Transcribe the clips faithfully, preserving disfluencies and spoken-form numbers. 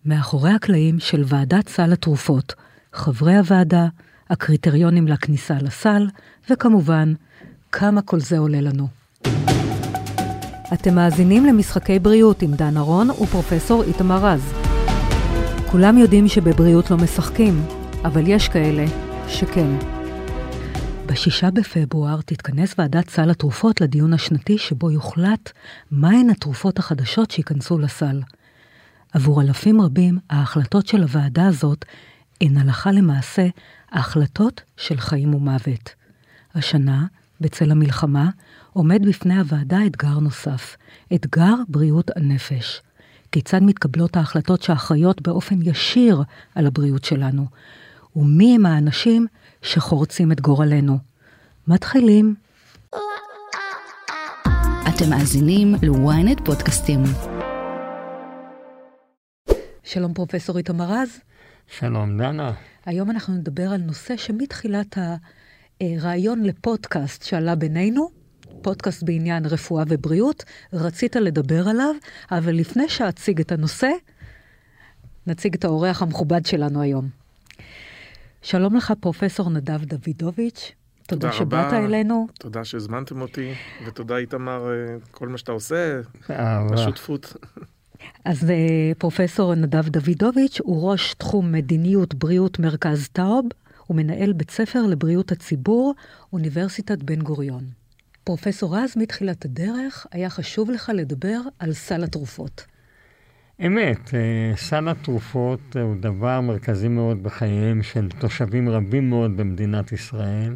מאחורי הקלעים של ועדת סל התרופות, חברי הוועדה, הקריטריונים לכניסה לסל, וכמובן, כמה כל זה עולה לנו. אתם מאזינים למשחקי בריאות עם דן ארון ופרופסור איתמר רז. כולם יודעים שבבריאות לא משחקים, אבל יש כאלה שכן. בשישה בפברואר תתכנס ועדת סל התרופות לדיון השנתי שבו יוחלט מהן התרופות החדשות שיכנסו לסל. עבור אלפים רבים, ההחלטות של הוועדה הזאת הן הלכה למעשה ההחלטות של חיים ומוות. השנה, בצל המלחמה, עומד בפני הוועדה אתגר נוסף, אתגר בריאות הנפש. כיצד מתקבלות ההחלטות שאחראיות באופן ישיר על הבריאות שלנו, ומי הם האנשים שחורצים את גורלנו. מתחילים. אתם מאזינים ל-ynet פודקאסטים. שלום פרופסור איתמר רז. שלום דנה. היום אנחנו נדבר על נושא שמתחילת הרעיון לפודקאסט שעלה בינינו, פודקאסט בעניין רפואה ובריאות, רצית לדבר עליו, אבל לפני שאציג את הנושא, נציג את האורח המכובד שלנו היום. שלום לך פרופסור נדב דוידוביץ', תודה שבאת אלינו. תודה שהזמנתם אותי, ותודה איתמר, כל מה שאתה עושה, בשותפות. אז פרופסור נדב דוידוביץ' הוא ראש תחום מדיניות בריאות מרכז טאוב, הוא מנהל בית ספר לבריאות הציבור, אוניברסיטת בן גוריון. פרופסור רז, מתחילת הדרך, היה חשוב לך לדבר על סל התרופות. אמת, סל התרופות הוא דבר מרכזי מאוד בחייהם של תושבים רבים מאוד במדינת ישראל.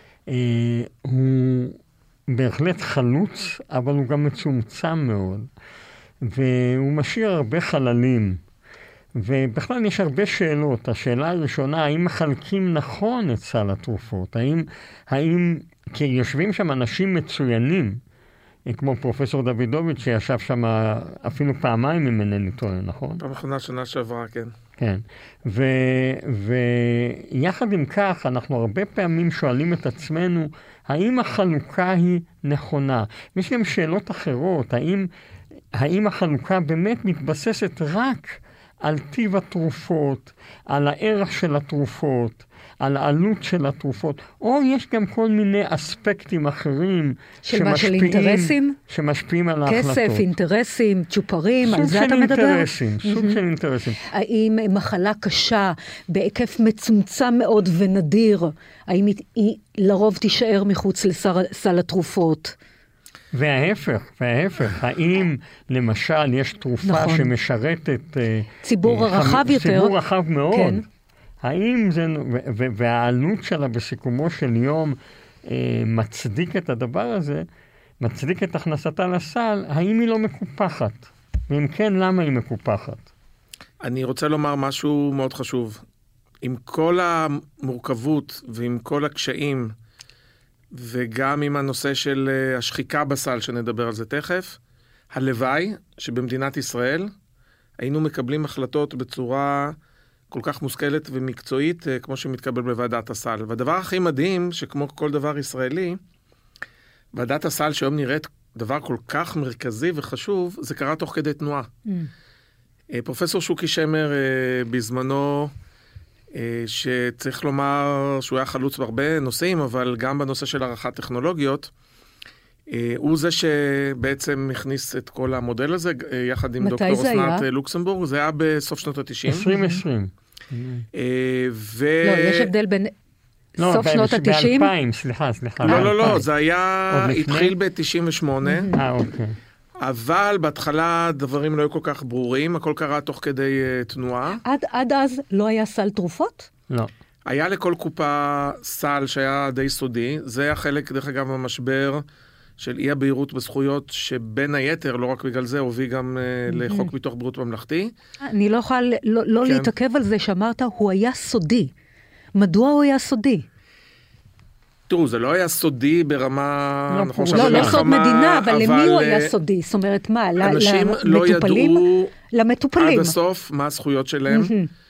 הוא בהחלט חלוץ, אבל הוא גם מצומצם מאוד. והוא משאיר הרבה חללים. ובכלל יש הרבה שאלות. השאלה הראשונה, האם מחלקים נכון את סל התרופות? האם, האם, כי יושבים שם אנשים מצוינים, כמו פרופסור דוידוביץ' שישב שם אפילו פעמיים אם אינני טועה, נכון? פעם אחרונה שנה שעברה, כן. כן. ו, ויחד עם כך, אנחנו הרבה פעמים שואלים את עצמנו, האם החלוקה היא נכונה? יש גם שאלות אחרות, האם, האם החלוקה באמת מתבססת רק על טיב התרופות, על הערך של התרופות, על העלות של התרופות, או יש גם כל מיני אספקטים אחרים של מה, של אינטרסים? שמשפיעים על ההחלטות. כסף, אינטרסים, צ'ופרים, על זה אתה מדבר? סוג של אינטרסים, סוג של אינטרסים. האם מחלה קשה, בהיקף מצומצם מאוד ונדיר, האם היא לרוב תישאר מחוץ לסל התרופות? וההפך, וההפך, האם למשל יש תרופה נכון. שמשרתת ציבור אה, רחב חמ... יותר, ציבור רחב מאוד, כן. האם זה, ו- והעלות שלה בסיכומו של יום אה, מצדיק את הדבר הזה, מצדיק את הכנסתה לסל, האם היא לא מקופחת? ואם כן, למה היא מקופחת? אני רוצה לומר משהו מאוד חשוב. עם כל המורכבות ועם כל הקשיים, וגם עם הנושא של השחיקה בסל, שנדבר על זה תכף, הלוואי שבמדינת ישראל היינו מקבלים החלטות בצורה כל כך מושכלת ומקצועית, כמו שמתקבל בוועדת הסל. והדבר הכי מדהים, שכמו כל דבר ישראלי, ועדת הסל שהיום נראית דבר כל כך מרכזי וחשוב, זה קרה תוך כדי תנועה. Mm. פרופסור שוקי שמר בזמנו, שצריך לומר שהוא היה חלוץ בהרבה נושאים, אבל גם בנושא של הערכת טכנולוגיות, הוא זה שבעצם הכניס את כל המודל הזה, יחד עם דוקטור אסנת לוקסמבורג, זה היה בסוף שנות ה-תשעים. עשרים עשרים. לא, יש הבדל בין סוף שנות ה-תשעים? ב-אלפיים, סליחה, סליחה. לא, לא, לא, זה היה, התחיל ב-תשעים ושמונה. אה, אוקיי. אבל בהתחלה דברים לא היו כל כך ברורים, הכל קרה תוך כדי uh, תנועה. עד, עד אז לא היה סל תרופות? לא. היה לכל קופה סל שהיה די סודי, זה היה חלק דרך אגב המשבר של אי הבהירות בזכויות, שבין היתר, לא רק בגלל זה, הוביל גם uh, לחוק ביטוח בריאות ממלכתי. אני לא יכולה לא, לא כן. להתעכב על זה שאמרת, הוא היה סודי. מדוע הוא היה סודי? תראו, זה לא היה סודי ברמה... לא, לא, לא סוד מדינה, אבל למי הוא היה סודי? זאת אומרת, מה? אנשים לא ידעו למטופלים. עד הסוף מה הזכויות שלהם.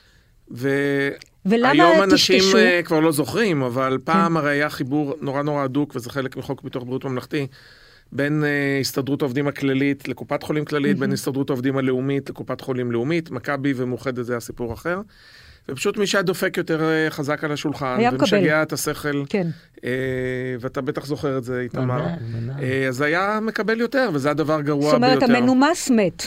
והיום אנשים כבר לא זוכרים, אבל פעם הרי היה חיבור נורא נורא הדוק, וזה חלק מחוק ביטוח בריאות ממלכתי, בין uh, הסתדרות העובדים הכללית לקופת חולים כללית, mm-hmm. בין הסתדרות העובדים הלאומית לקופת חולים לאומית, מכבי ומאוחדת זה הסיפור אחר. ופשוט מי שדופק יותר uh, חזק על השולחן, ומשגע את השכל, כן. uh, ואתה בטח זוכר את זה, איתמר, uh, אז היה מקבל יותר, וזה הדבר גרוע ביותר. זאת אומרת, המנומס מת.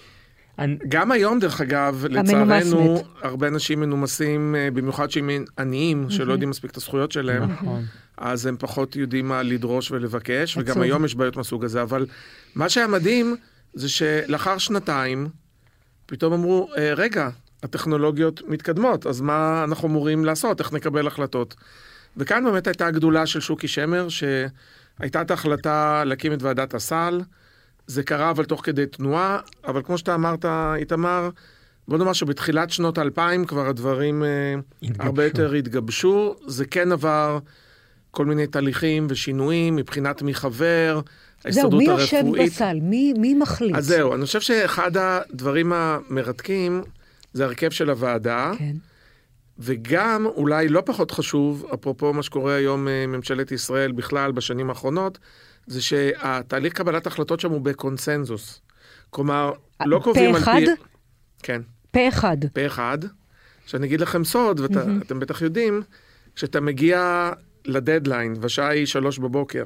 גם היום, דרך אגב, לצערנו, הרבה אנשים מנומסים, במיוחד שהם עניים, שלא יודעים מספיק את הזכויות שלהם, אז הם פחות יודעים מה לדרוש ולבקש, וגם היום יש בעיות מסוג הזה. אבל מה שהיה מדהים, זה שלאחר שנתיים, פתאום אמרו, רגע, הטכנולוגיות מתקדמות, אז מה אנחנו אמורים לעשות? איך נקבל החלטות? וכאן באמת הייתה הגדולה של שוקי שמר, שהייתה את ההחלטה להקים את ועדת הסל, זה קרה אבל תוך כדי תנועה, אבל כמו שאתה אמרת, איתמר, בוא נאמר שבתחילת שנות האלפיים כבר הדברים התגבשו. הרבה יותר התגבשו, זה כן עבר כל מיני תהליכים ושינויים מבחינת מי חבר, ההסתדרות הרפואית. זהו, מי יושב בסל? מי, מי מחליט? אז זהו, אני חושב שאחד הדברים המרתקים זה הרכב של הוועדה, כן. וגם אולי לא פחות חשוב, אפרופו מה שקורה היום ממשלת ישראל בכלל בשנים האחרונות, זה שהתהליך קבלת החלטות שם הוא בקונסנזוס. כלומר, לא קובעים על פי... פה אחד? כן. פה אחד. פה אחד. שאני אגיד לכם סוד, ואתם בטח יודעים, כשאתה מגיע לדדליין, והשעה היא שלוש בבוקר,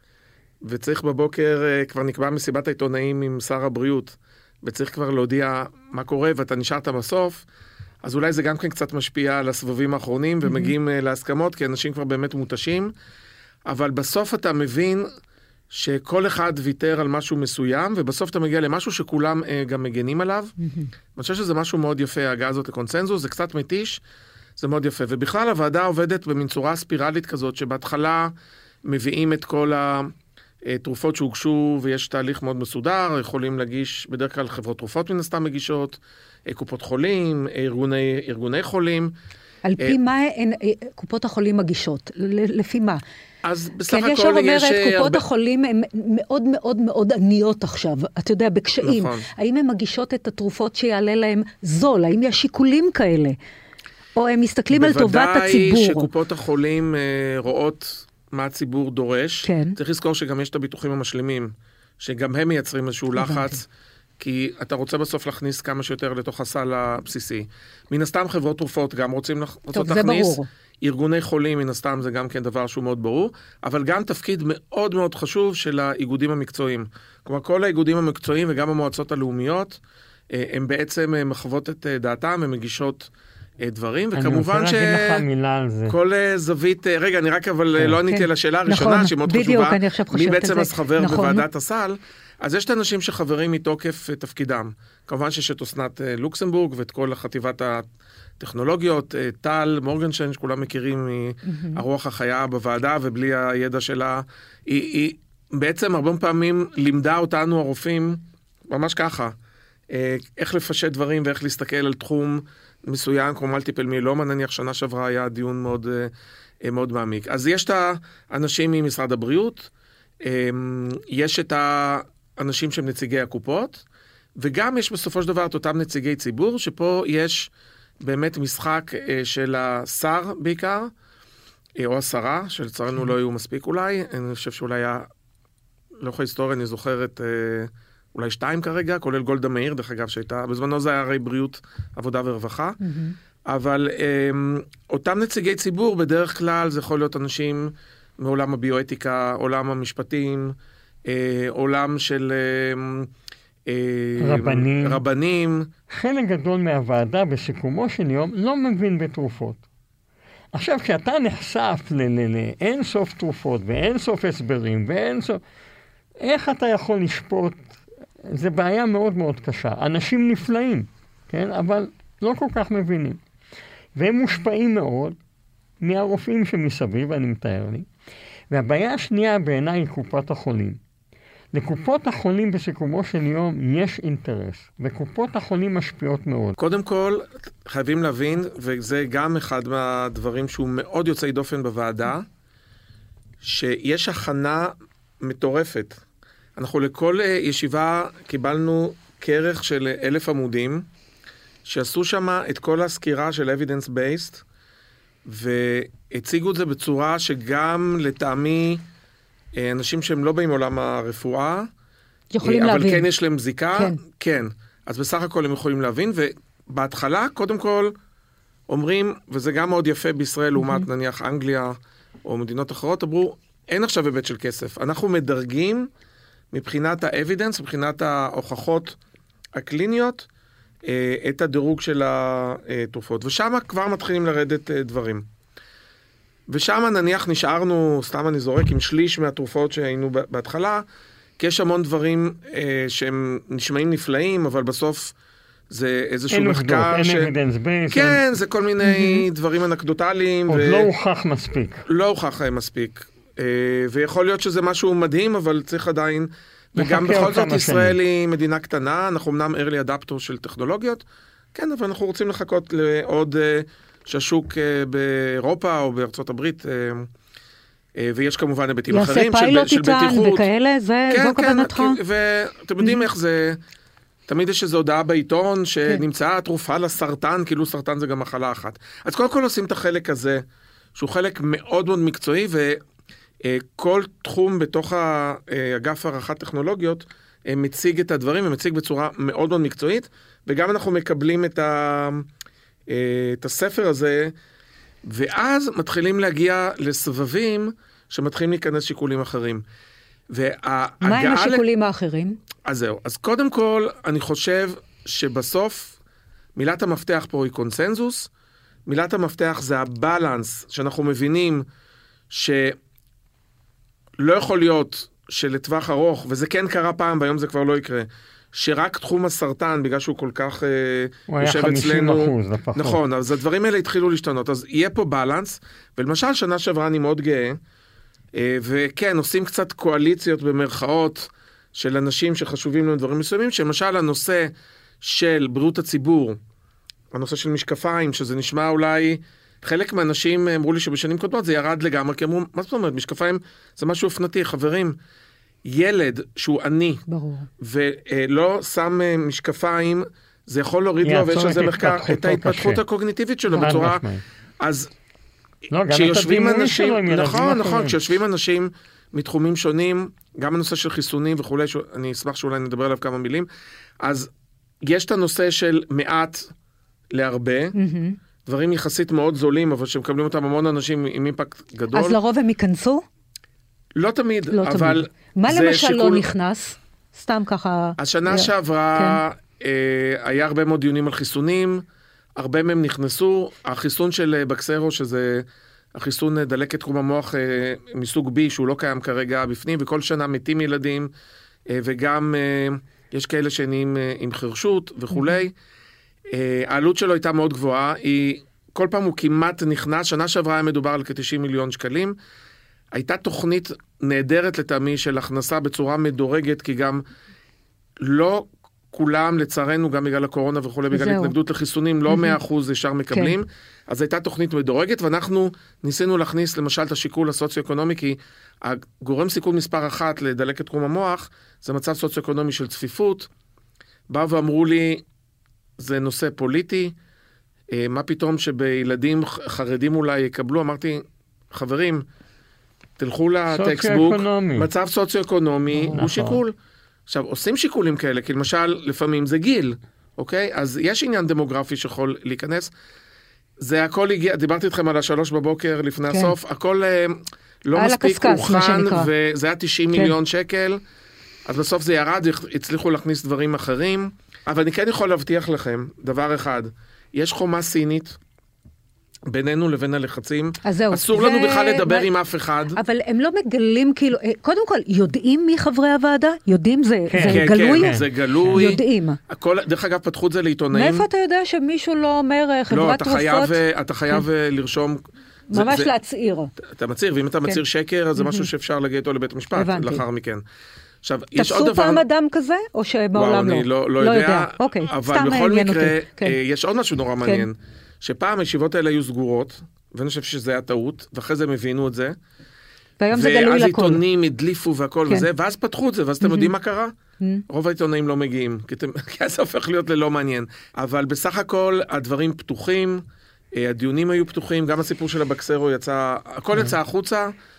וצריך בבוקר, כבר נקבע מסיבת העיתונאים עם שר הבריאות, וצריך כבר להודיע מה קורה, ואתה נשארת בסוף, אז אולי זה גם כן קצת משפיע על הסבבים האחרונים, ומגיעים להסכמות, כי אנשים כבר באמת מותשים, אבל בסוף אתה מבין שכל אחד ויתר על משהו מסוים, ובסוף אתה מגיע למשהו שכולם אה, גם מגנים עליו. Mm-hmm. אני חושב שזה משהו מאוד יפה, ההגעה הזאת לקונסנזוס, זה קצת מתיש, זה מאוד יפה. ובכלל הוועדה עובדת במין צורה ספירלית כזאת, שבהתחלה מביאים את כל התרופות שהוגשו, ויש תהליך מאוד מסודר, יכולים להגיש, בדרך כלל חברות תרופות מן הסתם מגישות, קופות חולים, ארגוני, ארגוני חולים. על פי מה הן קופות החולים מגישות? לפי מה? אז בסך הכל יש... כי אני אומרת, קופות הרבה... החולים הן מאוד מאוד מאוד עניות עכשיו, אתה יודע, בקשיים. נכון. האם הן מגישות את התרופות שיעלה להן זול? האם יש שיקולים כאלה? או הם מסתכלים על טובת הציבור? בוודאי שקופות החולים אה, רואות מה הציבור דורש. כן. צריך לזכור שגם יש את הביטוחים המשלימים, שגם הם מייצרים איזשהו לחץ, כי אתה רוצה בסוף להכניס כמה שיותר לתוך הסל הבסיסי. מן הסתם חברות תרופות גם רוצים רוצות טוב, להכניס. זה ברור. ארגוני חולים, מן הסתם זה גם כן דבר שהוא מאוד ברור, אבל גם תפקיד מאוד מאוד חשוב של האיגודים המקצועיים. כלומר, כל האיגודים המקצועיים וגם המועצות הלאומיות, הם בעצם מחוות את דעתם, הם מגישות דברים, וכמובן שכל זווית, רגע, אני רק אבל לא עניתי על השאלה הראשונה, שהיא מאוד חשובה, מי בעצם אז חבר בוועדת הסל, אז יש את האנשים שחברים מתוקף תפקידם. כמובן שיש את אסנת לוקסמבורג ואת כל חטיבת הטכנולוגיות, טל, מורגנשטיין, שכולם מכירים מהרוח החיה בוועדה, ובלי הידע שלה, היא, היא בעצם הרבה פעמים לימדה אותנו הרופאים, ממש ככה, איך לפשט דברים ואיך להסתכל על תחום מסוים, כמו מולטיפל מיילומה, נניח שנה שעברה היה דיון מאוד, מאוד מעמיק. אז יש את האנשים ממשרד הבריאות, יש את האנשים שהם נציגי הקופות, וגם יש בסופו של דבר את אותם נציגי ציבור, שפה יש באמת משחק של השר בעיקר, או השרה, שלצערנו לא היו מספיק אולי, אני חושב שאולי היה, לא יכול היסטוריה, אני זוכרת אולי שתיים כרגע, כולל גולדה מאיר, דרך אגב, שהייתה, בזמנו זה היה הרי בריאות, עבודה ורווחה, אבל אותם נציגי ציבור, בדרך כלל זה יכול להיות אנשים מעולם הביואתיקה, עולם המשפטים, עולם של רבנים. רבנים. חלק גדול מהוועדה בסיכומו של יום לא מבין בתרופות. עכשיו, כשאתה נחשף לאין סוף תרופות ואין סוף הסברים ואין סוף... איך אתה יכול לשפוט? זה בעיה מאוד מאוד קשה. אנשים נפלאים, כן? אבל לא כל כך מבינים. והם מושפעים מאוד מהרופאים שמסביב, אני מתאר לי. והבעיה השנייה בעיניי היא קופות החולים. לקופות החולים בסיכומו של יום יש אינטרס, וקופות החולים משפיעות מאוד. קודם כל, חייבים להבין, וזה גם אחד מהדברים שהוא מאוד יוצא דופן בוועדה, שיש הכנה מטורפת. אנחנו לכל ישיבה קיבלנו כרך של אלף עמודים, שעשו שם את כל הסקירה של evidence based, והציגו את זה בצורה שגם לטעמי אנשים שהם לא באים מעולם הרפואה, יכולים אבל להבין. כן יש להם זיקה, כן. כן. אז בסך הכל הם יכולים להבין, ובהתחלה, קודם כל, אומרים, וזה גם מאוד יפה בישראל, לעומת נניח אנגליה, או מדינות אחרות, אמרו, אין עכשיו היבט של כסף. אנחנו מדרגים מבחינת האבידנס, מבחינת ההוכחות הקליניות, את הדירוג של התרופות. ושם כבר מתחילים לרדת דברים. ושם נניח נשארנו, סתם אני זורק, עם שליש מהתרופות שהיינו בהתחלה, כי יש המון דברים שהם נשמעים נפלאים, אבל בסוף זה איזשהו מחקר. אין אבידנס בייס. כן, זה כל מיני דברים אנקדוטליים. עוד לא הוכח מספיק. לא הוכח מספיק. ויכול להיות שזה משהו מדהים, אבל צריך עדיין, וגם בכל זאת ישראל היא מדינה קטנה, אנחנו אמנם early adapter של טכנולוגיות, כן, אבל אנחנו רוצים לחכות לעוד שהשוק באירופה או בארצות הברית, ויש כמובן היבטים אחרים של בטיחות. יעשה פיילוט איתן וכאלה, זו כוונתך? כן, ואתם יודעים איך זה, תמיד יש איזו הודעה בעיתון שנמצאה תרופה לסרטן, כאילו סרטן זה גם מחלה אחת. אז קודם כל עושים את החלק הזה, שהוא חלק מאוד מאוד מקצועי, וכל תחום בתוך האגף הערכת טכנולוגיות מציג את הדברים, ומציג בצורה מאוד מאוד מקצועית, וגם אנחנו מקבלים את, ה, את הספר הזה, ואז מתחילים להגיע לסבבים שמתחילים להיכנס שיקולים אחרים. מה הם השיקולים האחרים? אז זהו. אז קודם כל, אני חושב שבסוף מילת המפתח פה היא קונסנזוס. מילת המפתח זה הבלנס, שאנחנו מבינים שלא יכול להיות שלטווח ארוך, וזה כן קרה פעם, והיום זה כבר לא יקרה, שרק תחום הסרטן, בגלל שהוא כל כך יושב אצלנו, הוא היה חמישים אחוז, נכון, אז הדברים האלה התחילו להשתנות, אז יהיה פה בלנס, ולמשל שנה שעברה אני מאוד גאה, וכן, עושים קצת קואליציות במרכאות, של אנשים שחשובים לנו דברים מסוימים, שלמשל הנושא של בריאות הציבור, הנושא של משקפיים, שזה נשמע אולי, חלק מהאנשים אמרו לי שבשנים קודמות זה ירד לגמרי, כי אמרו, מה זאת אומרת, משקפיים זה משהו אופנתי, חברים, ילד שהוא עני, ברור. ולא שם משקפיים, זה יכול להוריד לו, ויש על זה מחקר, את ההתפתחות הקוגניטיבית שלו בצורה, אז כשיושבים אנשים, נכון, נכון, כשיושבים אנשים מתחומים שונים, גם הנושא של חיסונים וכולי, אני אשמח שאולי נדבר עליו כמה מילים, אז יש את הנושא של מעט להרבה, דברים יחסית מאוד זולים, אבל שמקבלים אותם המון אנשים עם אימפקט גדול. אז לרוב הם ייכנסו? לא תמיד, אבל... מה למשל לא נכנס? סתם ככה... השנה שעברה היה הרבה מאוד דיונים על חיסונים, הרבה מהם נכנסו, החיסון של בקסרו, שזה החיסון דלקת קרום המוח מסוג B, שהוא לא קיים כרגע בפנים, וכל שנה מתים ילדים, וגם יש כאלה שנהיים עם חרשות וכולי. העלות שלו הייתה מאוד גבוהה, היא, כל פעם הוא כמעט נכנס, שנה שעברה היה מדובר על כ-תשעים מיליון שקלים, הייתה תוכנית נהדרת לטעמי של הכנסה בצורה מדורגת, כי גם לא כולם לצערנו, גם בגלל הקורונה וכולי, בגלל התנגדות לחיסונים, לא מאה אחוז ישר מקבלים, אז הייתה תוכנית מדורגת, ואנחנו ניסינו להכניס למשל את השיקול הסוציו-אקונומי, כי הגורם סיכון מספר אחת לדלקת קרום המוח, זה מצב סוציו-אקונומי של צפיפות, באו ואמרו לי, זה נושא פוליטי, מה פתאום שבילדים חרדים אולי יקבלו, אמרתי, חברים, תלכו לטקסטבוק, מצב סוציו-אקונומי הוא שיקול. עכשיו, עושים שיקולים כאלה, כי למשל, לפעמים זה גיל, אוקיי? אז יש עניין דמוגרפי שיכול להיכנס. זה הכל הגיע, דיברתי איתכם על השלוש בבוקר לפני הסוף, הכל לא מספיק הוכן, וזה היה תשעים מיליון שקל, אז בסוף זה ירד, הצליחו להכניס דברים אחרים, אבל אני כן יכול להבטיח לכם, דבר אחד, יש חומה סינית, בינינו לבין הלחצים, אסור לנו בכלל לדבר עם אף אחד. אבל הם לא מגלים, כאילו, קודם כל, יודעים מי חברי הוועדה? יודעים זה גלוי? כן, זה גלוי. יודעים. דרך אגב, פתחו את זה לעיתונאים. מאיפה אתה יודע שמישהו לא אומר חברת תרופות? לא, אתה חייב לרשום... ממש להצעיר. אתה מצעיר, ואם אתה מצעיר שקר, אז זה משהו שאפשר להגיע איתו לבית המשפט, לאחר מכן. תפסו פעם אדם כזה, או שבעולם לא? אני לא יודע, אבל בכל מקרה, יש עוד משהו נורא מעניין. שפעם הישיבות האלה היו סגורות, ואני חושב שזה היה טעות, ואחרי זה הם הבינו את זה. והיום זה גלוי לכל. ואז עיתונים הדליפו והכל כן. וזה, ואז פתחו את זה, ואז אתם יודעים מה קרה? רוב העיתונאים לא מגיעים, כי, אתם, כי זה הופך להיות ללא מעניין. אבל בסך הכל, הדברים פתוחים, הדיונים היו פתוחים, גם הסיפור של הבקסרו יצא, הכל יצא החוצה,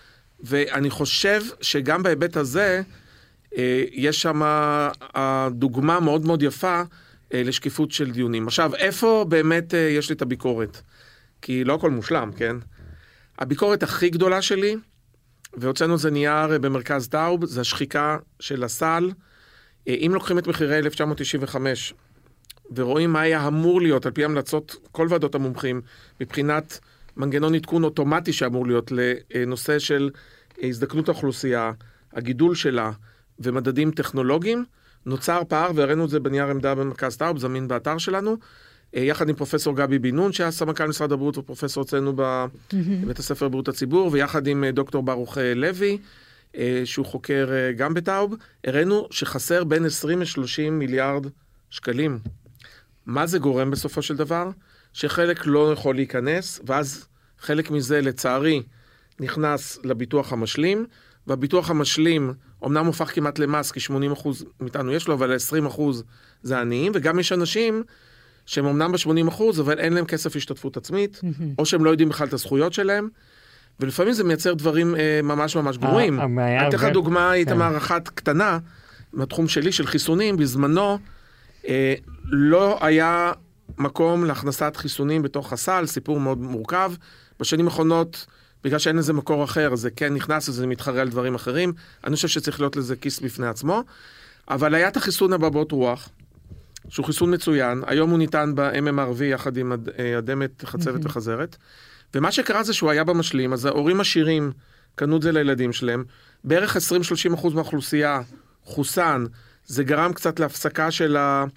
ואני חושב שגם בהיבט הזה, יש שם דוגמה מאוד מאוד יפה לשקיפות של דיונים. עכשיו, איפה באמת יש לי את הביקורת? כי לא הכל מושלם, כן? הביקורת הכי גדולה שלי, והוצאנו זה נייר במרכז טאוב, זה השחיקה של הסל. אם לוקחים את מחירי אלף תשע מאות תשעים וחמש, ורואים מה היה אמור להיות, על פי המלצות כל ועדות המומחים, מבחינת מנגנון עדכון אוטומטי שאמור להיות לנושא של הזדקנות האוכלוסייה, הגידול שלה, ומדדים טכנולוגיים, נוצר פער, והראינו את זה בנייר עמדה במרכז טאוב, זמין באתר שלנו, יחד עם פרופסור גבי בן נון, שהיה סמנכ"ל משרד הבריאות ופרופסור אצלנו בבית הספר לבריאות הציבור, ויחד עם דוקטור ברוך לוי, שהוא חוקר גם בטאוב, הראינו שחסר בין עשרים ל-שלושים מיליארד שקלים. מה זה גורם בסופו של דבר? שחלק לא יכול להיכנס, ואז חלק מזה לצערי נכנס לביטוח המשלים, והביטוח המשלים אמנם הופך כמעט למס, כי שמונים אחוז מאיתנו יש לו, אבל עשרים אחוז זה עניים, וגם יש אנשים שהם אמנם ב-שמונים אחוז, אבל אין להם כסף השתתפות עצמית, mm-hmm. או שהם לא יודעים בכלל את הזכויות שלהם, ולפעמים זה מייצר דברים אה, ממש ממש גרועים. אני אתן לך דוגמה, הייתה מערכת קטנה, מהתחום שלי של חיסונים, בזמנו אה, לא היה מקום להכנסת חיסונים בתוך הסל, סיפור מאוד מורכב. בשנים האחרונות, בגלל שאין לזה מקור אחר, זה כן נכנס, זה מתחרה על דברים אחרים. אני חושב שצריך להיות לזה כיס בפני עצמו. אבל היה את החיסון הבבות רוח, שהוא חיסון מצוין. היום הוא ניתן ב-אם אם אר וי יחד עם אדמת, חצבת mm-hmm. וחזרת. ומה שקרה זה שהוא היה במשלים, אז ההורים עשירים קנו את זה לילדים שלהם. בערך עשרים עד שלושים אחוז מהאוכלוסייה חוסן, זה גרם קצת להפסקה של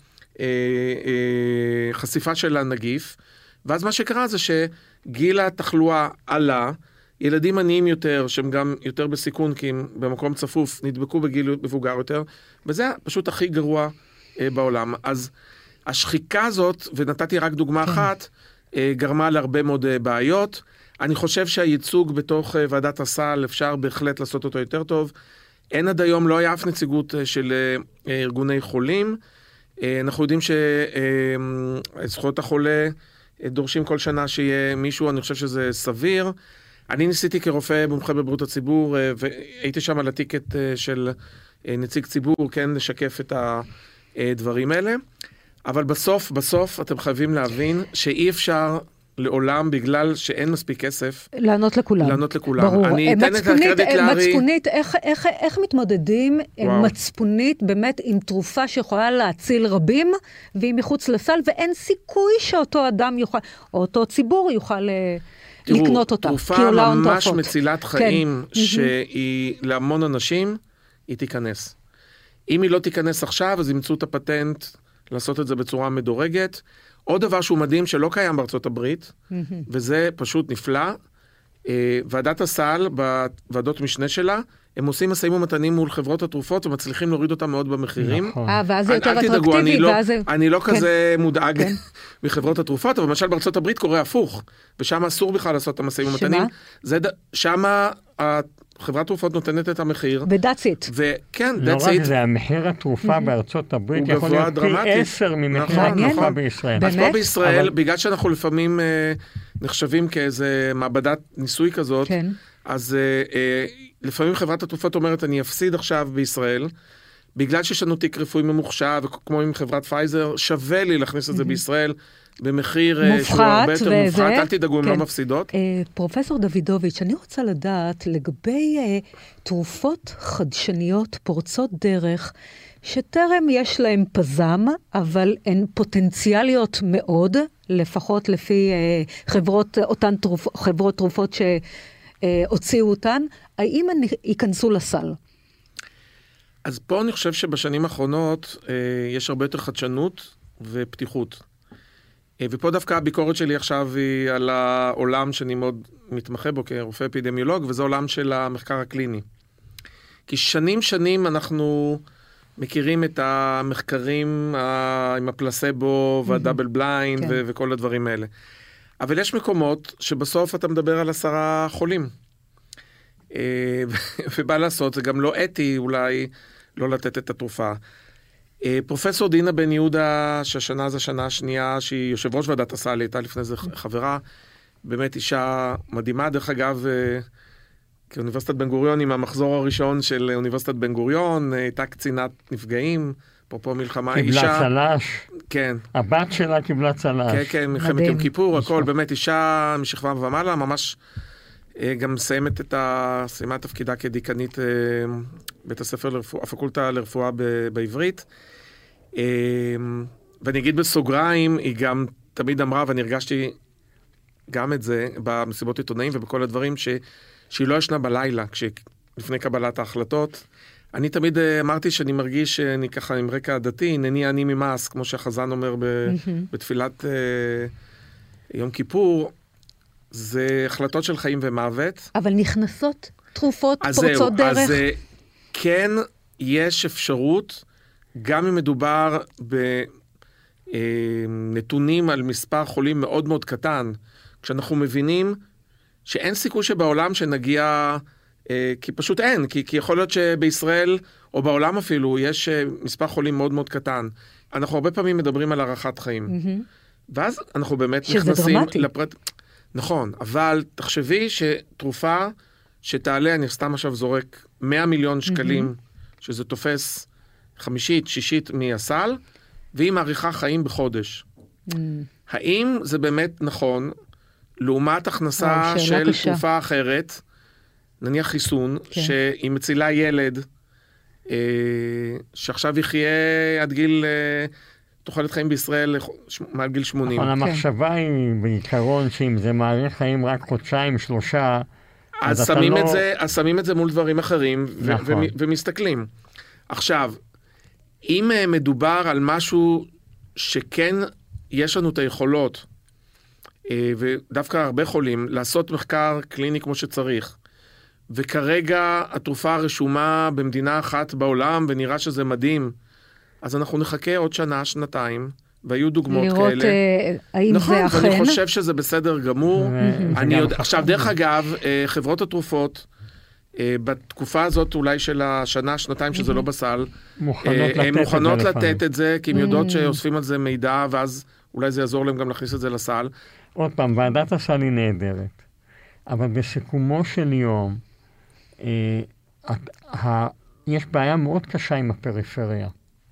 החשיפה של הנגיף. ואז מה שקרה זה שגיל התחלואה עלה, ילדים עניים יותר, שהם גם יותר בסיכון, כי הם במקום צפוף, נדבקו בגיל מבוגר יותר, וזה פשוט הכי גרוע אה, בעולם. אז השחיקה הזאת, ונתתי רק דוגמה כן. אחת, אה, גרמה להרבה מאוד אה, בעיות. אני חושב שהייצוג בתוך אה, ועדת הסל, אפשר בהחלט לעשות אותו יותר טוב. אין עד היום, לא היה אף נציגות אה, של אה, ארגוני חולים. אה, אנחנו יודעים שזכויות אה, החולה אה, דורשים כל שנה שיהיה מישהו, אני חושב שזה סביר. אני ניסיתי כרופא מומחה בבריאות הציבור, והייתי שם על הטיקט של נציג ציבור, כן, לשקף את הדברים האלה. אבל בסוף, בסוף, אתם חייבים להבין שאי אפשר לעולם, בגלל שאין מספיק כסף, לענות לכולם. לענות לכולם. ברור. אני אתן את הקרדיט לארי. מצפונית, איך, איך, איך מתמודדים וואו. מצפונית באמת עם תרופה שיכולה להציל רבים, והיא מחוץ לסל, ואין סיכוי שאותו אדם יוכל, או אותו ציבור יוכל תראו, לקנות אותה. תרופה ממש מצילת חיים, כן. שהיא להמון אנשים, היא תיכנס. אם היא לא תיכנס עכשיו, אז ימצאו את הפטנט לעשות את זה בצורה מדורגת. עוד דבר שהוא מדהים שלא קיים בארצות הברית, וזה פשוט נפלא, ועדת הסל, בוועדות משנה שלה, הם עושים מסעים ומתנים מול חברות התרופות, ומצליחים להוריד אותם מאוד במחירים. אה, ואז זה יותר אטרקטיבי, ואז זה... אני לא כזה מודאג מחברות התרופות, אבל למשל בארצות הברית קורה הפוך, ושם אסור בכלל לעשות את המסעים ומתנים. שם חברת תרופות נותנת את המחיר. ודאצית. וכן, לא רק זה, המחיר התרופה בארצות הברית יכול להיות פי עשר ממחיר התרופה בישראל. אז פה בישראל, בגלל שאנחנו לפעמים נחשבים כאיזה מעבדת ניסוי כזאת, אז לפעמים חברת התרופות אומרת, אני אפסיד עכשיו בישראל, בגלל שיש לנו תיק רפואי ממוחשב, וכמו עם חברת פייזר, שווה לי להכניס את זה בישראל, במחיר שהוא הרבה יותר מופחת, אל תדאגו, הם לא מפסידות. פרופסור דוידוביץ', אני רוצה לדעת לגבי תרופות חדשניות פורצות דרך, שטרם יש להן פזם, אבל הן פוטנציאליות מאוד, לפחות לפי חברות, אותן חברות תרופות שהוציאו אותן, האם הן ייכנסו לסל? אז פה אני חושב שבשנים האחרונות יש הרבה יותר חדשנות ופתיחות. ופה דווקא הביקורת שלי עכשיו היא על העולם שאני מאוד מתמחה בו כרופא אפידמיולוג, וזה עולם של המחקר הקליני. כי שנים שנים אנחנו מכירים את המחקרים עם הפלסבו והדאבל בליינד כן. ו- וכל הדברים האלה. אבל יש מקומות שבסוף אתה מדבר על עשרה חולים. ובא לעשות, זה גם לא אתי אולי לא לתת את התרופה. פרופסור דינה בן יהודה, שהשנה זו השנה השנייה, שהיא יושב ראש ועדת הסל, הייתה לפני זה חברה, באמת אישה מדהימה, דרך אגב, כי אוניברסיטת בן גוריון עם המחזור הראשון של אוניברסיטת בן גוריון, הייתה קצינת נפגעים, אפרופו מלחמה אישה. קיבלה צל"ש. כן. הבת שלה קיבלה צל"ש. כן, כן, מלחמת יום כיפור, הכל, באמת אישה משכבה ומעלה, ממש גם מסיימת את ה... סיימה תפקידה כדיקנית בית הספר לרפואה, הפקולטה לרפואה בעברית. ואני אגיד בסוגריים, היא גם תמיד אמרה, ואני הרגשתי גם את זה במסיבות עיתונאים ובכל הדברים, ש... שהיא לא ישנה בלילה, כש... לפני קבלת ההחלטות. אני תמיד אמרתי שאני מרגיש שאני ככה עם רקע דתי, הנני אני ממאס, כמו שהחזן אומר ב... בתפילת uh, יום כיפור, זה החלטות של חיים ומוות. אבל נכנסות תרופות אז פורצות זהו, דרך? אז כן יש אפשרות, גם אם מדובר בנתונים על מספר חולים מאוד מאוד קטן, כשאנחנו מבינים שאין סיכוי שבעולם שנגיע, כי פשוט אין, כי, כי יכול להיות שבישראל, או בעולם אפילו, יש מספר חולים מאוד מאוד קטן. אנחנו הרבה פעמים מדברים על הארכת חיים. Mm-hmm. ואז אנחנו באמת שזה נכנסים... דרמטי. לפרט... נכון, אבל תחשבי שתרופה שתעלה, אני סתם עכשיו זורק מאה מיליון שקלים, mm-hmm. שזה תופס חמישית, שישית מהסל, והיא מאריכה חיים בחודש. Mm-hmm. האם זה באמת נכון, לעומת הכנסה או, של קשה. תרופה אחרת, נניח חיסון, כן. שהיא מצילה ילד, אה, שעכשיו יחיה עד גיל, אה, תוחלת חיים בישראל מעל גיל שמונים. אבל המחשבה היא בעיקרון שאם זה מאריך חיים רק חודשיים, שלושה, אז, אז שמים, לא... את זה, אז שמים את זה מול דברים אחרים, ו- נכון. ו- ומסתכלים. עכשיו, אם מדובר על משהו שכן יש לנו את היכולות, ודווקא הרבה חולים, לעשות מחקר קליני כמו שצריך, וכרגע התרופה הרשומה במדינה אחת בעולם, ונראה שזה מדהים, אז אנחנו נחכה עוד שנה, שנתיים, והיו דוגמאות לראות, כאלה. לראות האם נכון, זה אכן. ואני חושב שזה בסדר גמור. אני יודע, עכשיו, חשוב. דרך אגב, חברות התרופות, בתקופה הזאת אולי של השנה, שנתיים שזה לא בסל, הן מוכנות לתת את זה, כי הן יודעות שאוספים על זה מידע, ואז אולי זה יעזור להם גם להכניס את זה לסל. עוד פעם, ועדת הסל היא נהדרת, אבל בסיכומו של יום, אה, ה, יש בעיה מאוד קשה עם הפריפריה.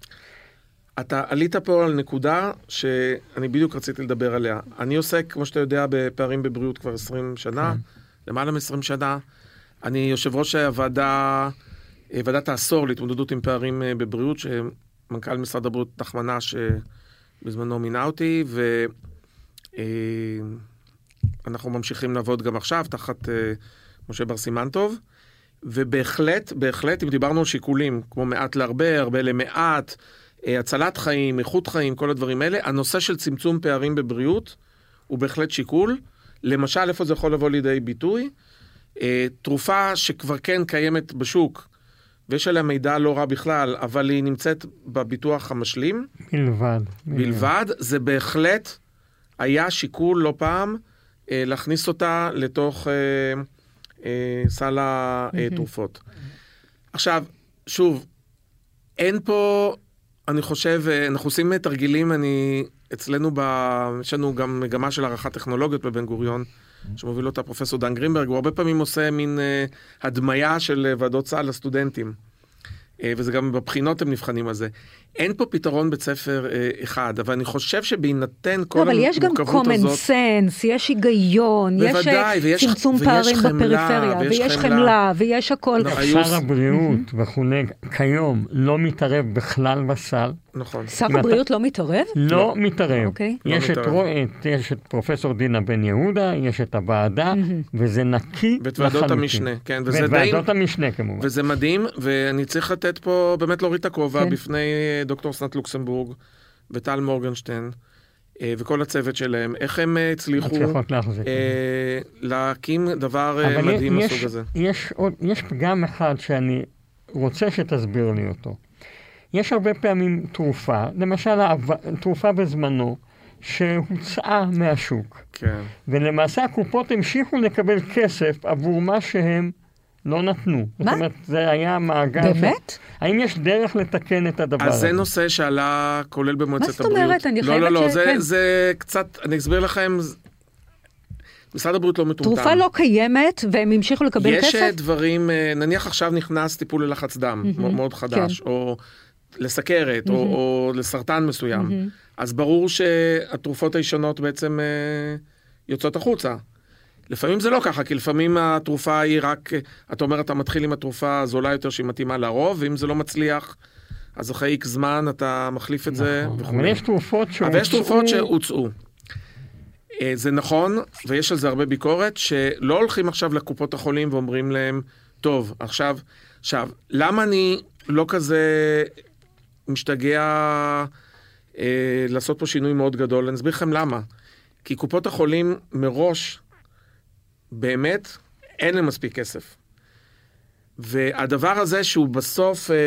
אתה עלית פה על נקודה שאני בדיוק רציתי לדבר עליה. אני עוסק, כמו שאתה יודע, בפערים בבריאות כבר עשרים שנה, למעלה מ-עשרים שנה. אני יושב ראש הוועדה, ועדת העשור להתמודדות עם פערים בבריאות, שמנכ"ל משרד הבריאות נחמנה, שבזמנו מינה אותי, ו... אנחנו ממשיכים לעבוד גם עכשיו, תחת משה בר סימן טוב, ובהחלט, בהחלט, אם דיברנו על שיקולים, כמו מעט להרבה, הרבה למעט, הצלת חיים, איכות חיים, כל הדברים האלה, הנושא של צמצום פערים בבריאות, הוא בהחלט שיקול. למשל, איפה זה יכול לבוא לידי ביטוי? תרופה שכבר כן קיימת בשוק, ויש עליה מידע לא רע בכלל, אבל היא נמצאת בביטוח המשלים. בלבד. בלבד, זה בהחלט היה שיקול לא פעם, אה, להכניס אותה לתוך אה, אה, סל התרופות. עכשיו, שוב, אין פה, אני חושב, אנחנו עושים תרגילים, אני, אצלנו, ב, יש לנו גם מגמה של הערכת טכנולוגיות בבן גוריון, שמוביל אותה פרופסור דן גרינברג, הוא הרבה פעמים עושה מין אה, הדמיה של ועדות סל לסטודנטים. וזה גם בבחינות הם נבחנים על זה. אין פה פתרון בית ספר אה, אחד, אבל אני חושב שבהינתן כל המורכבות הזאת... אבל יש גם common sense, יש היגיון, בוודאי, יש ויש, צמצום ויש פערים חמלה, בפריפריה, ויש ויש חמלה, חמלה, ויש הכל. שר הבריאות וכולי, כיום לא מתערב בכלל בסל. נכון. שר הבריאות לא מתערב? לא מתערב. אוקיי. יש את פרופסור דינה בן יהודה, יש את הוועדה, וזה נקי ואת ועדות המשנה, כן. ואת ועדות המשנה כמובן. וזה מדהים, ואני צריך לתת פה, באמת להוריד את הכובע בפני דוקטור סנת לוקסמבורג וטל מורגנשטיין, וכל הצוות שלהם, איך הם הצליחו להקים דבר מדהים מסוג הזה. יש פגם אחד שאני רוצה שתסביר לי אותו. יש הרבה פעמים תרופה, למשל תרופה בזמנו, שהוצאה מהשוק. כן. ולמעשה הקופות המשיכו לקבל כסף עבור מה שהם לא נתנו. מה? זאת אומרת, זה היה מעגל... באמת? ש... האם יש דרך לתקן את הדבר הזה? אז זה נושא שעלה כולל במועצת הבריאות. מה זאת אומרת? אני לא, חייבת לא, לא, ש... זה, כן. זה קצת, אני אסביר לכם, משרד הבריאות לא מטומטם. תרופה לא קיימת, והם המשיכו לקבל יש כסף? יש דברים, נניח עכשיו נכנס טיפול ללחץ דם, mm-hmm. מאוד חדש, כן. או לסכרת, mm-hmm. או, או לסרטן מסוים. Mm-hmm. אז ברור שהתרופות הישנות בעצם יוצאות החוצה. לפעמים זה לא ככה, כי לפעמים התרופה היא רק, אתה אומר, אתה מתחיל עם התרופה הזולה יותר שהיא מתאימה לרוב, ואם זה לא מצליח, אז אחרי איקס זמן אתה מחליף את זה. נכון. אבל יש תרופות שהוצאו. אבל יש תרופות שהוצאו. זה נכון, ויש על זה הרבה ביקורת, שלא הולכים עכשיו לקופות החולים ואומרים להם, טוב, עכשיו, עכשיו, למה אני לא כזה משתגע אה, לעשות פה שינוי מאוד גדול? אני אסביר לכם למה. כי קופות החולים מראש, באמת, אין להם מספיק כסף. והדבר הזה שהוא בסוף, אה,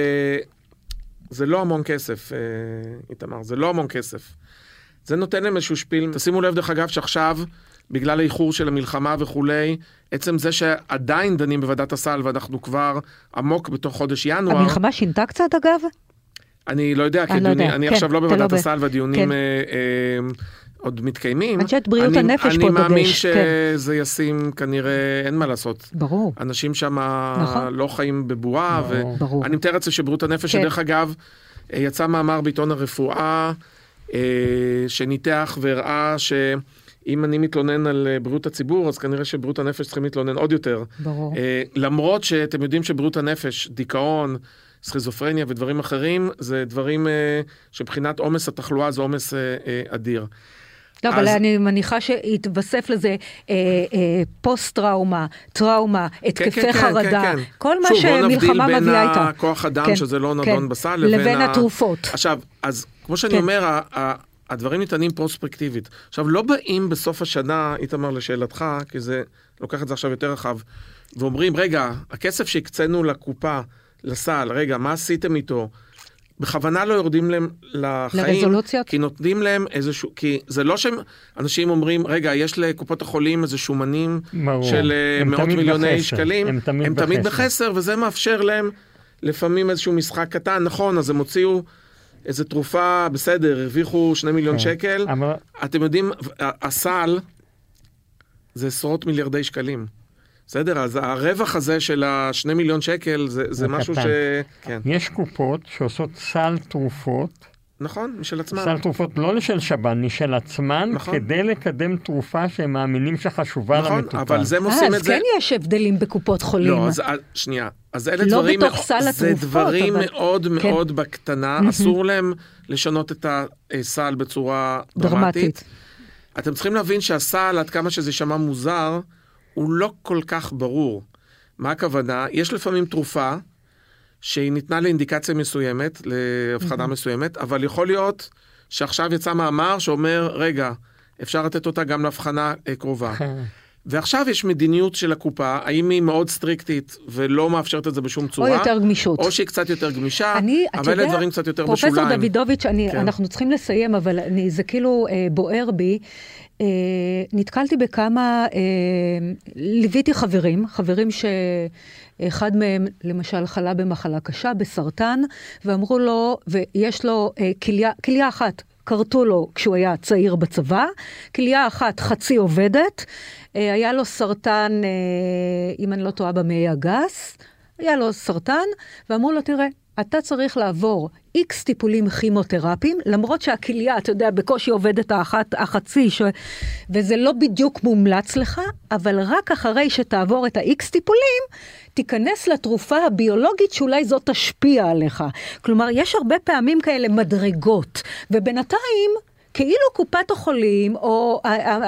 זה לא המון כסף, אה, איתמר, זה לא המון כסף. זה נותן להם איזשהו שפיל. תשימו לב דרך אגב שעכשיו, בגלל האיחור של המלחמה וכולי, עצם זה שעדיין דנים בוועדת הסל, ואנחנו כבר עמוק בתוך חודש ינואר. המלחמה שינתה קצת אגב? אני לא יודע, כי אני, הדיונים, לא יודע. אני כן, עכשיו לא בוועדת לא הסל, ב... והדיונים כן. אה, אה, עוד מתקיימים. אני חושבת בריאות אני, הנפש אני פה דגש. אני מאמין שזה כן. ישים, כנראה אין מה לעשות. ברור. אנשים שם נכון. לא חיים בבועה, ברור. ואני מתאר את זה שבריאות הנפש, כן. שדרך אגב, יצא מאמר בעיתון הרפואה, שניתח והראה שאם אני מתלונן על בריאות הציבור, אז כנראה שבריאות הנפש צריכים להתלונן עוד יותר. ברור. למרות שאתם יודעים שבריאות הנפש, דיכאון, סכיזופרניה ודברים אחרים, זה דברים שבחינת עומס התחלואה זה עומס אדיר. לא, אבל אני מניחה שהתווסף לזה פוסט-טראומה, טראומה, התקפי חרדה, כל מה שמלחמה מביאה איתה. שוב, בוא נבדיל בין הכוח אדם, שזה לא נדון בסל, לבין התרופות. עכשיו, אז כמו שאני אומר, הדברים ניתנים פרוספקטיבית. עכשיו, לא באים בסוף השנה, איתמר לשאלתך, כי זה לוקח את זה עכשיו יותר רחב, ואומרים, רגע, הכסף שהקצנו לקופה, לסל, רגע, מה עשיתם איתו? בכוונה לא יורדים להם לחיים, לרזולוציות? כי נותנים להם איזשהו, כי זה לא שאנשים אומרים, רגע, יש לקופות החולים איזה שומנים של מאות מיליוני בחסר. שקלים, הם תמיד, הם בחסר. תמיד בחסר, וזה מאפשר להם לפעמים איזשהו משחק קטן, נכון, אז הם הוציאו איזו תרופה, בסדר, הרוויחו שני מיליון שקל, אבל... אתם יודעים, הסל זה עשרות מיליארדי שקלים. בסדר, אז הרווח הזה של השני מיליון שקל, זה, זה משהו ש... כן. יש קופות שעושות סל תרופות. נכון, משל עצמן. סל תרופות לא לשל שב"ן, משל עצמן, נכון. כדי לקדם תרופה שהם מאמינים שחשובה נכון, למטופל. אבל זה עושים אז את זה... אז כן יש הבדלים בקופות חולים. לא, אז, שנייה. אז אלה לא דברים... בתוך סל התרופות, זה דברים אבל... מאוד כן. מאוד בקטנה. אסור להם לשנות את הסל בצורה דרמטית. דרמטית. אתם צריכים להבין שהסל, עד כמה שזה יישמע מוזר, הוא לא כל כך ברור. מה הכוונה? יש לפעמים תרופה שהיא ניתנה לאינדיקציה מסוימת, להבחנה mm-hmm. מסוימת, אבל יכול להיות שעכשיו יצא מאמר שאומר, רגע, אפשר לתת אותה גם להבחנה אה, קרובה. ועכשיו יש מדיניות של הקופה, האם היא מאוד סטריקטית ולא מאפשרת את זה בשום צורה, או יותר גמישות. או שהיא קצת יותר גמישה, אני, אבל אלה דברים קצת יותר בשוליים. פרופסור דוידוביץ', אני, כן. אנחנו צריכים לסיים, אבל אני, זה כאילו אה, בוער בי, אה, נתקלתי בכמה, אה, ליוויתי חברים, חברים שאחד מהם למשל חלה במחלה קשה, בסרטן, ואמרו לו, ויש לו אה, כליה, כליה אחת, קרתו לו כשהוא היה צעיר בצבא, כליה אחת חצי עובדת, אה, היה לו סרטן, אה, אם אני לא טועה במעי הגס, היה לו סרטן, ואמרו לו, תראה, אתה צריך לעבור איקס טיפולים כימותרפיים, למרות שהכליה, אתה יודע, בקושי עובדת האחת, החצי, ש... וזה לא בדיוק מומלץ לך, אבל רק אחרי שתעבור את האיקס טיפולים, תיכנס לתרופה הביולוגית שאולי זאת תשפיע עליך. כלומר, יש הרבה פעמים כאלה מדרגות, ובינתיים, כאילו קופת החולים, או...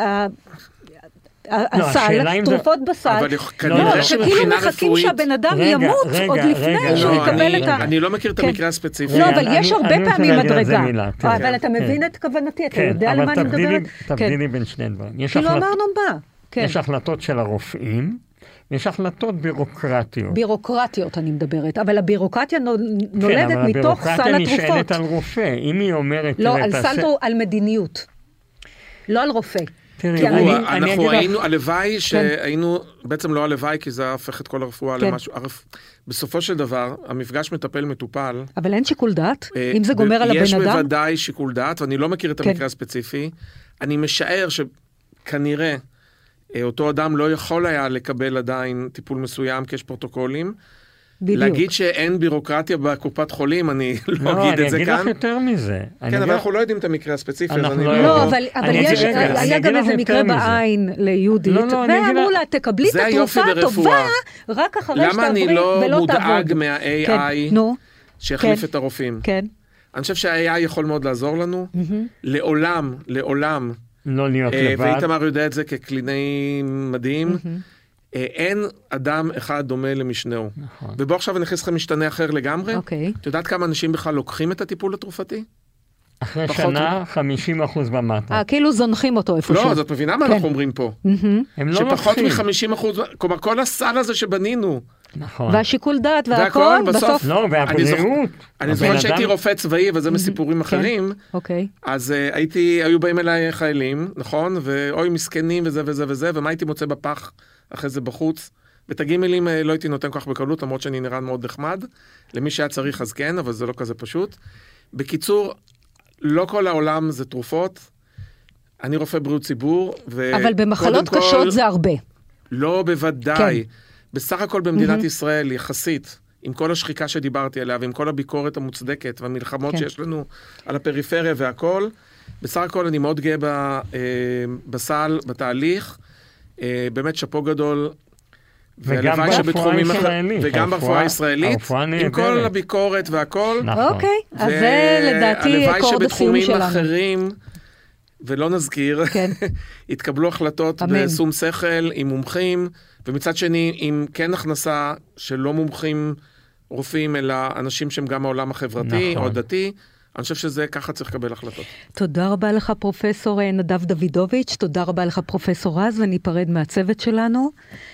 הסל, תרופות בסל, שכאילו מחכים שהבן אדם ימות עוד לפני שהוא יקבל את ה... אני לא מכיר את המקרה הספציפי. לא, אבל יש הרבה פעמים מדרגה. אבל אתה מבין את כוונתי, אתה יודע על מה אני מדברת? תבדילי בין שני דברים. כאילו אמרנו מה. יש החלטות של הרופאים, יש החלטות בירוקרטיות. בירוקרטיות אני מדברת, אבל הבירוקרטיה נולדת מתוך סל התרופות. הבירוקרטיה נשאלת על רופא. אם היא אומרת... לא, על מדיניות. לא על רופא. תראו, אנחנו היינו, הלוואי שהיינו, בעצם לא הלוואי, כי זה הפך את כל הרפואה למשהו. בסופו של דבר, המפגש מטפל מטופל. אבל אין שיקול דעת? אם זה גומר על הבן אדם? יש בוודאי שיקול דעת, ואני לא מכיר את המקרה הספציפי. אני משער שכנראה, אותו אדם לא יכול היה לקבל עדיין טיפול מסוים, כי יש פרוטוקולים. בדיוק. להגיד שאין בירוקרטיה בקופת חולים, אני לא אגיד את זה כאן. אני אגיד לך יותר מזה. כן, אבל אנחנו לא יודעים את המקרה הספציפי. לא, אבל היה גם איזה מקרה בעין ליהודית, ואמרו לה, תקבלי את התרופה הטובה, רק אחרי שתעברי ולא תעבוד. למה אני לא מודאג מה-איי איי שיחליף את הרופאים? כן. אני חושב שה-איי איי יכול מאוד לעזור לנו. לעולם, לעולם. לא להיות לבד. ואיתמר יודע את זה כקלינאי מדהים. אין אדם אחד דומה למשנהו. נכון. ובוא עכשיו אני נכנס לך משתנה אחר לגמרי. אוקיי. את יודעת כמה אנשים בכלל לוקחים את הטיפול התרופתי? אחרי שנה, חמישים אחוז במטה. אה, כאילו זונחים אותו איפשהו. לא, זאת מבינה מה אנחנו אומרים פה. הם לא שפחות לוקחים. מ-חמישים אחוז, כלומר כל הסל הזה שבנינו. נכון. והשיקול דעת והכל, והכל, בסוף... בסוף- לא, והבריאות. אני זוכר הבן שהייתי אדם- רופא צבאי, וזה מסיפורים אחרים, אוקיי. אז אה, הייתי, היו באים אליי חיילים, נכון? ואוי מסכנים וזה וזה וזה, ומה הייתי מוצא בפח אחרי זה בחוץ? ואת הגימלים אה, לא הייתי נותן כל כך בקלות, למרות שאני נראה מאוד נחמד. למי שהיה צריך אז כן, אבל זה לא כזה פשוט. בקיצור, לא כל העולם זה תרופות. אני רופא בריאות ציבור, ו... אבל במחלות קודם כל- קשות זה הרבה. לא, בוודאי. כן. בסך הכל במדינת ישראל, יחסית, עם כל השחיקה שדיברתי עליה, ועם כל הביקורת המוצדקת, והמלחמות כן. שיש לנו על הפריפריה והכל, בסך הכל אני מאוד גאה ב, אה, בסל, בתהליך. אה, באמת שפו גדול. וגם והלוואי ברפואה שבתחומים אחר- הישראלית. וגם הרפואה- ברפואה הישראלית. הרפואה עם נהדרת. כל הביקורת והכל. נכון. אוקיי, אז זה לדעתי והלוואי אקורד הסיום שבתחומים שלנו. אחרים, ולא נזכיר, כן. התקבלו החלטות אמן. בשום שכל, עם מומחים, ומצד שני, עם כן הכנסה של לא מומחים רופאים, אלא אנשים שהם גם העולם החברתי נכון. או דתי. אני חושב שזה ככה צריך לקבל החלטות. תודה רבה לך פרופסור נדב דוידוביץ', תודה רבה לך פרופסור רז, וניפרד מהצוות שלנו.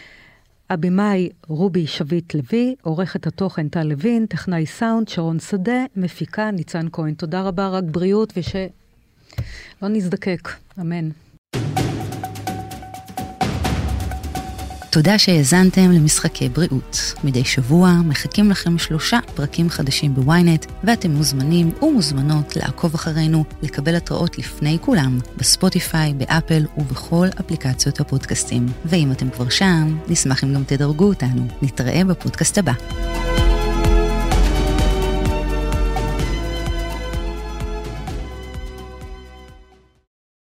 הבמאי רובי שביט לוי, עורכת התוכן טל לוין, טכנאי סאונד שרון שדה, מפיקה ניצן כהן. תודה רבה, רק בריאות ושלא נזדקק. אמן. תודה שהאזנתם למשחקי בריאות. מדי שבוע מחכים לכם שלושה פרקים חדשים בוויינט, ואתם מוזמנים ומוזמנות לעקוב אחרינו, לקבל התראות לפני כולם, בספוטיפיי, באפל ובכל אפליקציות הפודקאסטים. ואם אתם כבר שם, נשמח אם גם תדרגו אותנו. נתראה בפודקאסט הבא.